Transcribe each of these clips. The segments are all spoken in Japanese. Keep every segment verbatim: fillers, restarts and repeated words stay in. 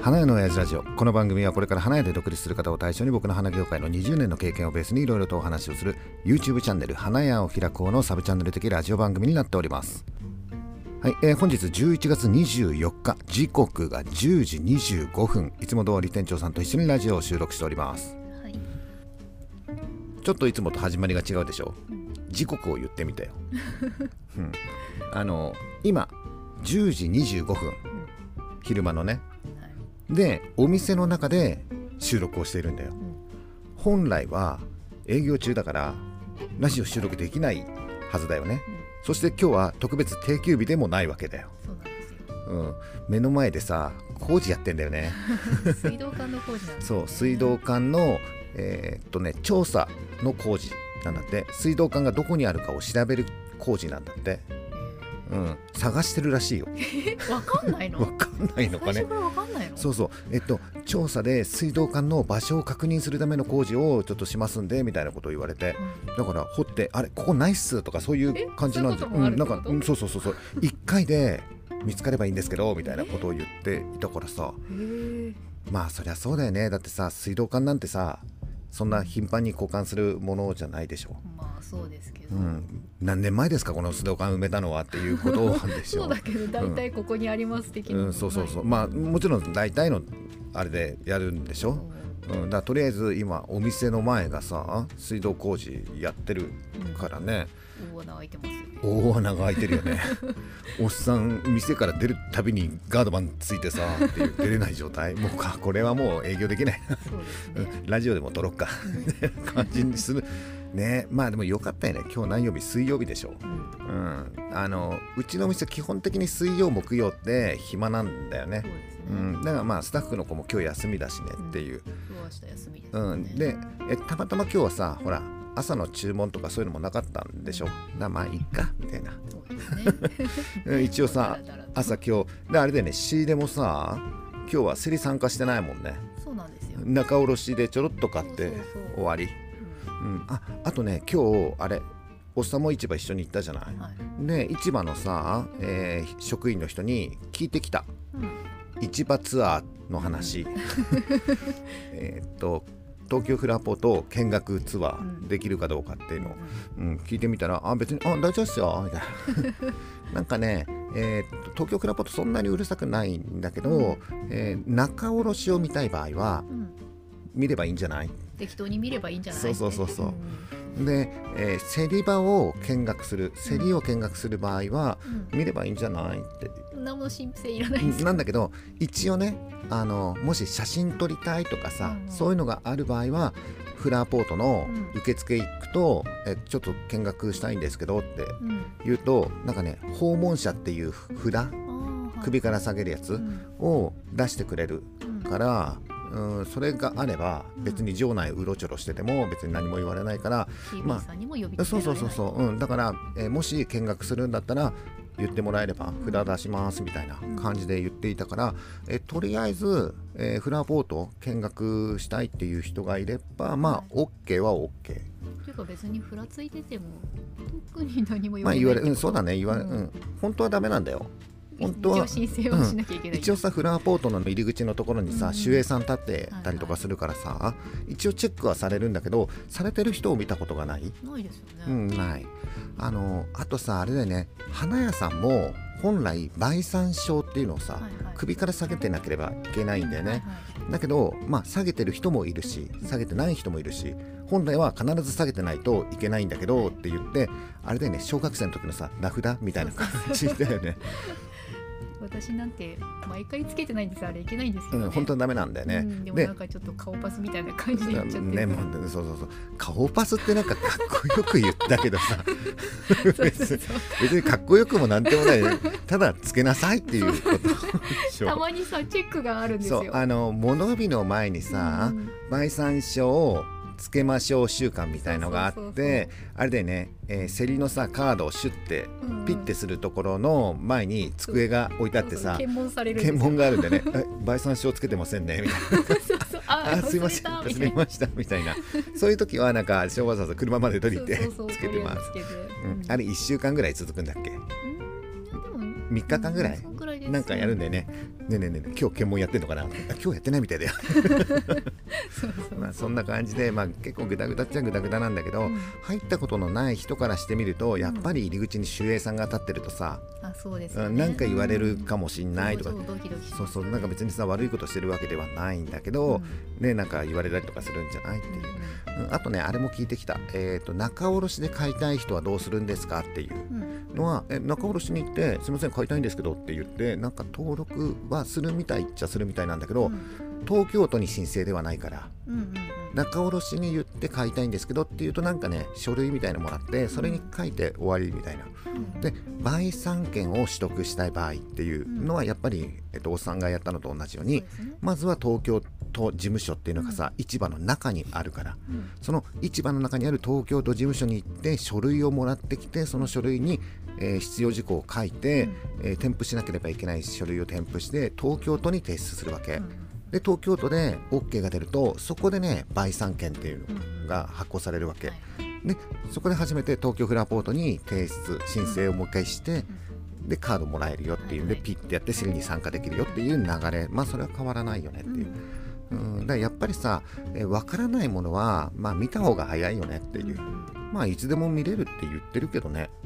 花屋の親父ラジオ。この番組はこれから花屋で独立する方を対象に僕の花業界のにじゅうねんの経験をベースにいろいろとお話をする YouTube チャンネル花屋を開こうのサブチャンネル的ラジオ番組になっております。はい、えー、本日じゅういちがつにじゅうよっか、時刻がじゅうじにじゅうごふん、いつも通り店長さんと一緒にラジオを収録しております。 はい、 ちょっといつもと始まりが違うでしょ。時刻を言ってみたよ、うん、あの今じゅうじにじゅうごふん、昼間のね、はい、でお店の中で収録をしているんだよ、うん、本来は営業中だからラジオ収録できないはずだよね、うん、そして今日は特別定休日でもないわけだよ。 そうなんですよ、 うん、目の前でさ工事やってんだよね水道管の工事なんですね。 そう水道管の、えー、っとね調査の工事なんだって。水道管がどこにあるかを調べる工事なんだって、うん、探してるらしいよ。 わかんないの？ わかんないのかね。 最初からわかんないの？ そうそう、えっと調査で水道管の場所を確認するための工事をちょっとしますんでみたいなことを言われて、うん、だから掘ってあれここないっすとかそういう感じなんじゃ、うん、なんか、うん、そうそうそうそういっかいで見つかればいいんですけどみたいなことを言っていたからさ、まあそりゃそうだよね。だってさ水道管なんてさそんな頻繁に交換するものじゃないでしょ。 まあそうですけど、 うん、何年前ですかこの水道管埋めたのはっていうことなんでしょう。 そうだけど大体ここにあります的な、 うんうん、そうそうそう、まあもちろん大体のあれでやるんでしょ、うん、だからとりあえず今お店の前がさ水道工事やってるからね、 うん、大穴開いてますよ。 大穴が開いてるよねおっさん店から出るたびにガードマンついてさっていう出れない状態。もうかこれはもう営業できないそうですねラジオでも撮ろっかみたいな感じにするね。まあでもよかったよね。今日何曜日？水曜日でしょ、うん、うん、あのうちのお店基本的に水曜木曜って暇なんだよね。そうですね、うん、だからまあスタッフの子も今日休みだしねっていう、 うん、今日明日休みですね、 うん、でえたまたま今日はさほら朝の注文とかそういうのもなかったんでしょ。だまあいいかみたいな。 そうですね一応さ朝今日であれでね仕入れもさ今日は競り参加してないもんね。 そうなんですよ。 仲卸でちょろっと買って終わり。うん、あ, あとね今日あれおっさんも市場一緒に行ったじゃない、はい、で市場のさ、えー、職員の人に聞いてきた、うん、市場ツアーの話、うん、えっと東京フラポと見学ツアーできるかどうかっていうのを、うんうん、聞いてみたらあ別にあ大丈夫ですよみたいななんかね、えー、東京フラポとそんなにうるさくないんだけど、うん、えー、仲卸を見たい場合は、うん、見ればいいんじゃない？ 適当に見ればいいんじゃない？ そうそうそうそう、うん、で、えー、競り場を見学する競りを見学する場合は、うん、見ればいいんじゃないって何も申請いらないです。 なんだけど一応ねあのもし写真撮りたいとかさ、うんうん、そういうのがある場合はフラーポートの受付行くと、うん、えちょっと見学したいんですけどって言うと、うん、なんかね訪問者っていう札、はい、首から下げるやつを出してくれるから、うんうん、それがあれば別に場内うろちょろしてても別に何も言われないから、 うん、まあそうそうそうそう、うん、だから、えー、もし見学するんだったら言ってもらえれば札出しますみたいな感じで言っていたから、うん、えとりあえず、えー、フラポート見学したいっていう人がいればまあ OK は OK。 っていうか別にフラついてても特に何も言われない、 まあ言われ、うん、そうだね言われ、うんうん、本当はダメなんだよ。本当は一応申請はしなきゃいけない、 うん、一応さフラーポートの入り口のところにさ、うん、守衛さん立ってたりとかするからさ、はいはい、一応チェックはされるんだけどされてる人を見たことがない。 ないですよね、 うん、ない。あのあとさあれだよね花屋さんも本来売産証っていうのをさ、はいはい、首から下げてなければいけないんだよね、はいはい、だけどまあ下げてる人もいるし下げてない人もいるし本来は必ず下げてないといけないんだけどって言ってあれだよね小学生の時のさ名札みたいな感じだよね私なんて毎回つけてないんです。あれいけないんですよね、 うん、本当はダメなんだよね、うん、 でもなんかちょっと顔パスみたいな感じで言っちゃってる、 ね、もうそうそうそう顔パスってなんかかっこよく言ったけどさそうそうそう別にかっこよくもなんでもないただつけなさいっていうことたまにさチェックがあるんですよ。 そうあの物日の前にさ、うん、売産書をつけましょう習慣みたいのがあって、そうそうそうそうあれでね、えー、競りのさカードをシュッてピッてするところの前に机が置いてあってさ、 検問されるんですよ。 検問があるんでね売産書つけてませんねみたいなそうそうそうああすいません忘れましたみたいなそういう時はなんかわざわざ車まで取り行ってつけてます。あれいっしゅうかんぐらい続くんだっけ？みっかかんぐらい？ そんぐらいでなんかやるんだよね。ねえねえねえ今日検問やってんのかな、あ今日やってないみたいだよそうそうまあそんな感じで、まあ、結構グダグダっちゃグダグダなんだけど、 うん入ったことのない人からしてみるとやっぱり入り口に守衛さんが立ってるとさ、 あそうですよね、 うん、なんか言われるかもしんないとか、 そうそうドキドキしますそうそうなんか別にさ悪いことしてるわけではないんだけど、ねなんか言われたりとかするんじゃないっていう、うん、あとねあれも聞いてきた、えーと仲卸で買いたい人はどうするんですかっていううんのは、え仲卸に行ってすいません買いたいんですけどって言ってなんか登録はするみたいっちゃするみたいなんだけど、 うん東京都に申請ではないからうんうんうん仲卸に言って買いたいんですけどっていうとなんかね書類みたいなのもらってそれに書いて終わりみたいなうんで売産権を取得したい場合っていうのはやっぱり、えっと、おっさんがやったのと同じようにそうですねまずは東京都事務所っていうのがさ、市場の中にあるからうんその市場の中にある東京都事務所に行って書類をもらってきてその書類に、えー必要事項を書いて、えー添付しなければいけない書類を添付して東京都に提出するわけ、 うんで東京都で OK が出るとそこでね売産権っていうのが発行されるわけ、 はいでそこで初めて東京フラポートに提出申請をもう一回して、でカードもらえるよっていうんで、 はいはいピッてやってすぐに参加できるよっていう流れ、まあそれは変わらないよねっていう、うん、だからやっぱりさ、えー、分からないものはまあ見た方が早いよねっていう、まあいつでも見れるって言ってるけどね。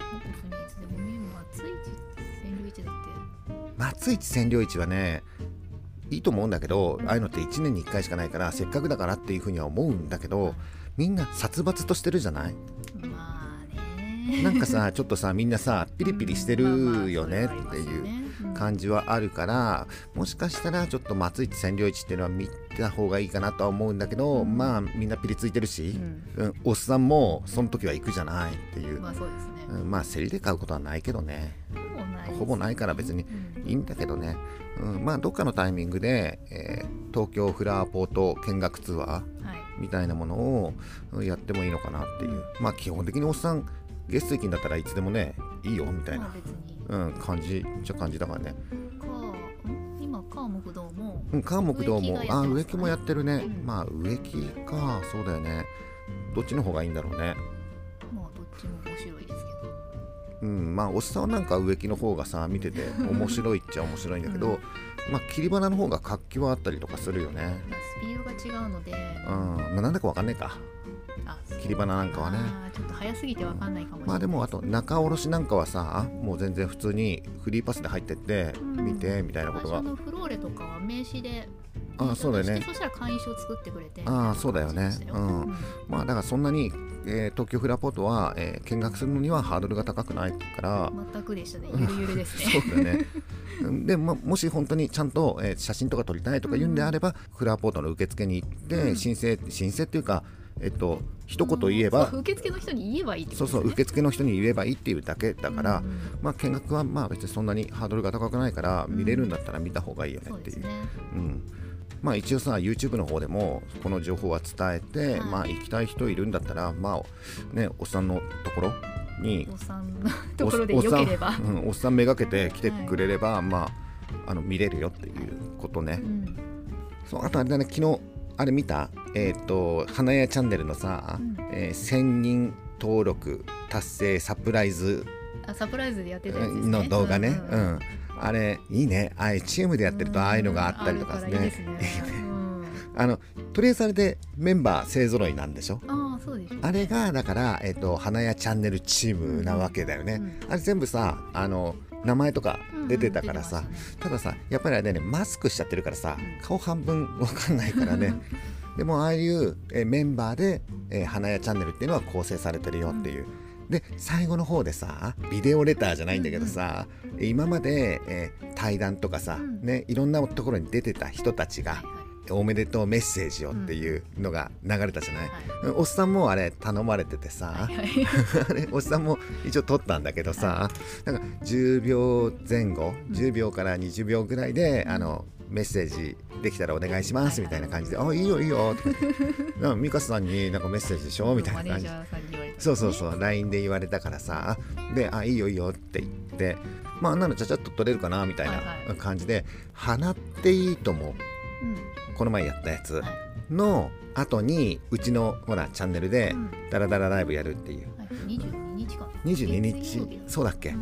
松市千両市はねいいと思うんだけど、ああいうのっていちねんにいっかいしかないからせっかくだからっていうふうには思うんだけど、みんな殺伐としてるじゃない。 まあねなんかさちょっとさみんなさピリピリしてるよねっていう感じはあるから、もしかしたらちょっと松市千両市っていうのは見た方がいいかなとは思うんだけど、まあみんなピリついてるし、うん、おっさんもその時は行くじゃないっていう、 まあそうですね、 うん、まあ競りで買うことはないけどね、ほぼないから別にいいんだけどね、うん、まあどっかのタイミングで、えー東京フラワーポート見学ツアーはいみたいなものをやってもいいのかなっていう、まあ基本的におっさんゲスト行きんだったらいつでもねいいよみたいな、 まあ別にうん、感じじゃ感じだからね。 かん今川木道もうん、川木道もあ植木もやってるね、 うんまあ植木かそうだよね、どっちの方がいいんだろうね。 まあどっちも面白いですけど、 うんまあおっさんはなんか植木の方がさ見てて面白いっちゃ面白いんだけど、まあ切り花の方が活気はあったりとかするよね。 まあ、スピードが違うので、 うんまあなんだかわかんないかあ切り花なんかはね。 あーちょっと早すぎてわかんないかもしれない、 まあでもあと仲卸なんかはさもう全然普通にフリーパスで入ってってうん見てみたいなことが、 最初のフローレとかは名刺でああそうだよねそしたら会員証を作ってくれてああそうだよねみたいなうん感じでしたよまあだからそんなに、えー東京フラポートは、えー見学するのにはハードルが高くないからうん全くでしたね、ゆるゆるですねそうだよねで、ま、もし本当にちゃんと、えー写真とか撮りたいとか言うんであれば、フラポートの受付に行って、 うん申請申請っていうかえっと一言言えば、 そう受付の人に言えばいいってこそうそうとですね。 受付の人に言えばいいっていうだけだから、 うんうんまあ見学はまあ別にそんなにハードルが高くないから見れるんだったら見た方がいいよねっていう、 そうですね。 うんまあ一応さ YouTube の方でもこの情報は伝えて、 はいまあ行きたい人いるんだったらまあねおっさんのところにおさんのところで良ければおっさん、うん、おっさんめがけて来てくれれば、まああの見れるよっていうことね、 うんそうあとあれだね昨日あれ見たえっ、と花屋チャンネルのさ、 うんえーせんにん登録達成サプライズあサプライズでやってたやつですね。 の動画ね、 ううんんあれいいね、ああいうチームでやってるとああいうのがあったりとかうんあるらいいですねね。うんあのとりあえずあれでメンバー勢ぞろいなんでしょ。 ああそうですね。 あれがだから、えっと花屋チャンネルチームなわけだよね、 うんあれ全部さあの名前とか出てたからさ、 うん出てましたねたださやっぱりあれねマスクしちゃってるからさ顔半分わかんないからねでもああいうえメンバーで、えー花屋チャンネルっていうのは構成されてるよっていう、で最後の方でさビデオレターじゃないんだけどさ、今まで、えー対談とかさ、 うんね、いろんなところに出てた人たちが、 はいはいおめでとうメッセージをっていうのが流れたじゃない、 はおっさんもあれ頼まれててさ、 はいはいあれおっさんも一応撮ったんだけどさ、なんかじゅうびょうぜん後じゅうびょうからにじゅうびょうぐらいで、あのメッセージできたらお願いしますみたいな感じで、あいいよいいよとかなんかミカさんになんかメッセージでしょみたいな感じマネージャーさんに言われて、 そうそうそう ライン で言われたからさ、であいいよいいよって言ってまああんなのちゃちゃっと撮れるかなみたいはいはな感じで「放っていいとも」 うんこの前やったやつはいの後にうちのほらチャンネルでうんダラダラライブやるっていうはいにじゅうににちかな。 にじゅうににち月曜日だそうだっけ、 うん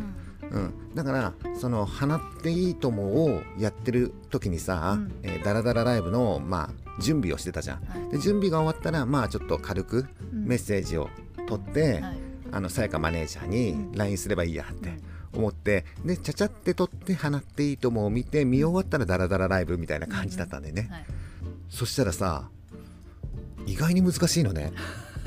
うん、だからその放っていいともをやってる時にさ、うんえー、ダラダラライブの、まあ、準備をしてたじゃん、はい、で準備が終わったらまあちょっと軽くメッセージを取って、うんはい、あのさやかマネージャーに ライン すればいいやって思って、でちゃちゃって取って放っていいともを見て見終わったらダラダラライブみたいな感じだったんでね、うんはい、そしたらさ意外に難しいのね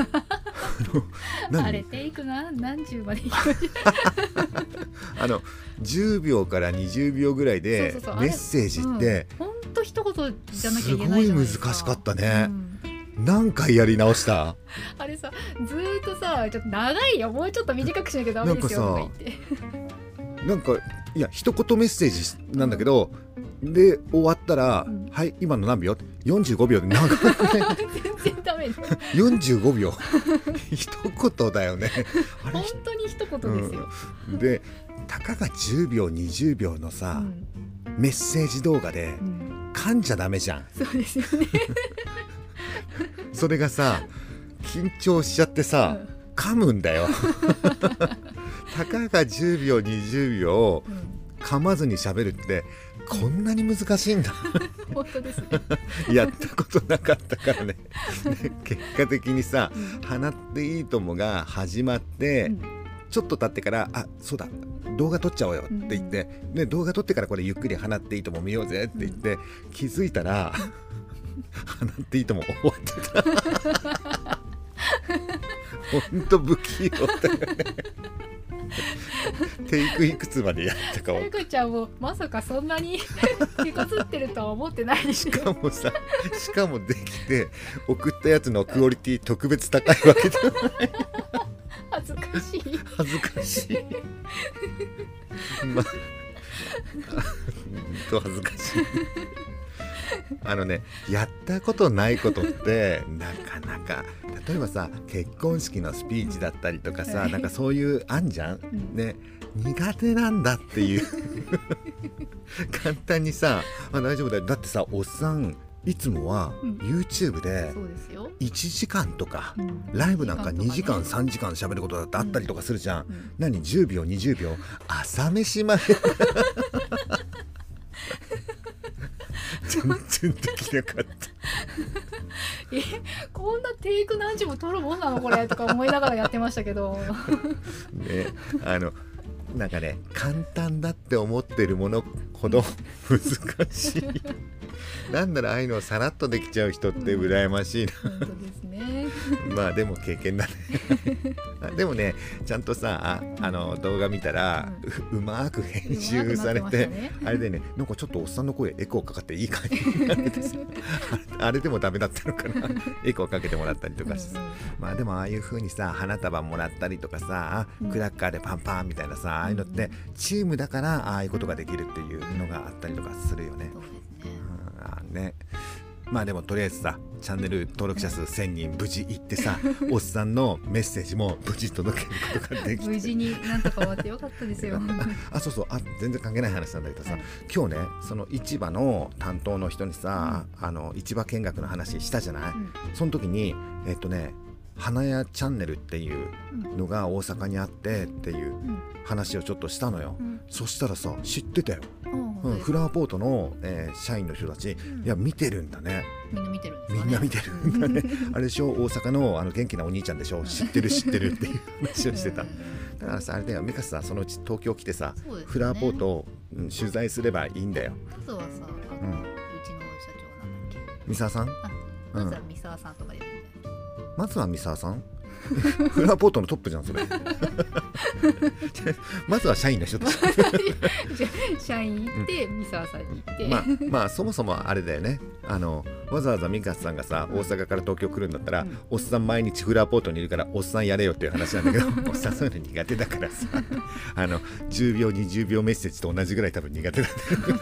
あれテイクな何十までいきましあのじゅうびょうからにじゅうびょうぐらいでそうそうそうメッセージってほんと一言じゃなきゃいけないじゃないですか。 すごい難しかったね、うん、何回やり直したあれさずーっとさちょっと長いよもうちょっと短くしなきゃダメですよとか言ってなんかいや一言メッセージなんだけど、うん、で終わったら、うん、はい今の何秒よんじゅうごびょうで長い全然ダメよんじゅうごびょう一言だよねあれ本当に一言ですよ、 うん、でたかがじゅうびょうにじゅうびょうのさ、うん、メッセージ動画で、うん、噛んじゃダメじゃん。 そうですよねそれがさ緊張しちゃってさ、うん、噛むんだよたかがじゅうびょうにじゅうびょう、うん、噛まずに喋るってこんなに難しいんだ本当ですねやったことなかったからね結果的にさ、うん、放っていいともが始まって、うん、ちょっと経ってからあそうだ動画撮っちゃおうよって言って、うん、で動画撮ってからこれゆっくり放っていいとも見ようぜって言って、うん、気づいたら放っていいとも終わってたほんと不器用だよねテイクいくつまでやったかテイクちゃんもまさかそんなに手こずってるとは思ってないですよ。 しかもさしかもできて送ったやつのクオリティ特別高いわけじゃない恥ずかしい恥ずかしいまあほんと恥ずかしいあのねやったことないことってなかなか例えばさ結婚式のスピーチだったりとかさ、はい、なんかそういうあんじゃん、うん、ね苦手なんだっていう簡単にさあ大丈夫だよだってさおっさんいつもは YouTube でいちじかんとか、うん、ライブなんかにじかんさんじかん喋ることだってあったりとかするじゃん、うん、何じゅうびょうにじゅうびょう朝飯前全然できなかったえこんなテイク何時も撮るもんなのこれとか思いながらやってましたけどねあのなんかね簡単だって思ってるものほど難しいなんだろうああいうのさらっとできちゃう人って羨ましいな、 うん、本当ですねまあでも経験だねでもねちゃんとさ あ, あの動画見たら、うん、う, うまく編集されて、ね、あれでねなんかちょっとおっさんの声エコーかかっていい感じになってさあれでもダメだったのかなエコーかけてもらったりとかして、うんうん、まあでもああいう風にさ花束もらったりとかさ、うん、クラッカーでパンパンみたいなさああいうのってチームだからああいうことができるっていうのがあったりとかするよね、うん、ねまあでもとりあえずさチャンネル登録者数せんにん無事行ってさおっさんのメッセージも無事届けることができて無事になんとか終わってよかったですよあそうそうあ全然関係ない話なんだけどさ、はい、今日ねその市場の担当の人にさ、うん、あの市場見学の話したじゃない、うん、その時にえっとね花屋チャンネルっていうのが大阪にあってっていう話をちょっとしたのよ、うん、そしたらさ知ってたよ、うんうん、フラワーポートの、えー、社員の人たち、うん、いや見てるんだねみんな見てるんですかねみんな見てるんだねあれでしょ大阪の、あの元気なお兄ちゃんでしょ知ってる知ってるっていう話をしてただからさあれだよミカさそのうち東京来てさ、ね、フラワーポートを、うん、取材すればいいんだよあとはさ、うん、うちの社長なんだっけ三沢さんまずは三沢さんとかでまずは三沢さんフラワーポートのトップじゃんそれまずは社員の人たち社員行って三沢さんに行って、 まあ、まあそもそもあれだよねあのわざわざミカさんがさ大阪から東京来るんだったら、うん、おっさん毎日フラワーポートにいるからおっさんやれよっていう話なんだけどおっさんそういうの苦手だからさあのじゅうびょうにじゅうびょうメッセージと同じぐらい多分苦手だ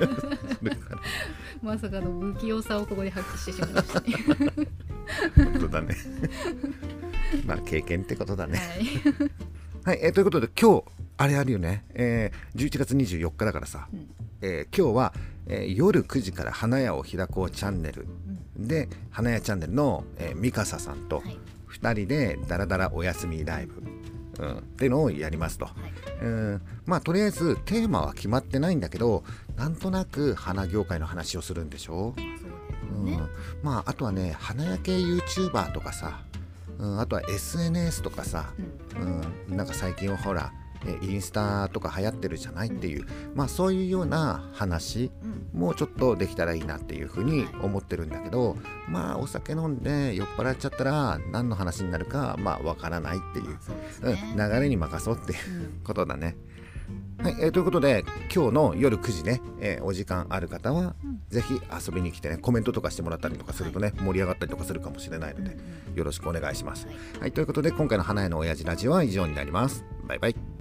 まさかの不器用さをここで発揮してしまいましたね本当だねまあ経験ってことだねはい、はいえー、ということで今日あれあるよね、えー、じゅういちがつにじゅうよっかだからさ、うんえー、今日は、えー、夜くじから花屋を開こうチャンネル、うん、で花屋チャンネルの、えー、ミカサさんとふたりでダラダラお休みライブうん、っていうのをやりますと、はい、うんまあとりあえずテーマは決まってないんだけど、なんとなく花業界の話をするんでしょ。そうですね。うん、まああとはね、花焼け YouTuber とかさ、うん、あとは エスエヌエス とかさ、うんうん、なんか最近はほらインスタとか流行ってるじゃないっていう、まあそういうような話もちょっとできたらいいなっていうふうに思ってるんだけど、まあお酒飲んで酔っ払っちゃったら何の話になるかまあわからないっていう、うん、流れに任そうっていうことだね。はい、えー、ということで今日の夜くじね、えー、お時間ある方はぜひ遊びに来てね、コメントとかしてもらったりとかするとね、盛り上がったりとかするかもしれないのでよろしくお願いします。はい、ということで今回の花屋の親父ラジオは以上になります。バイバイ。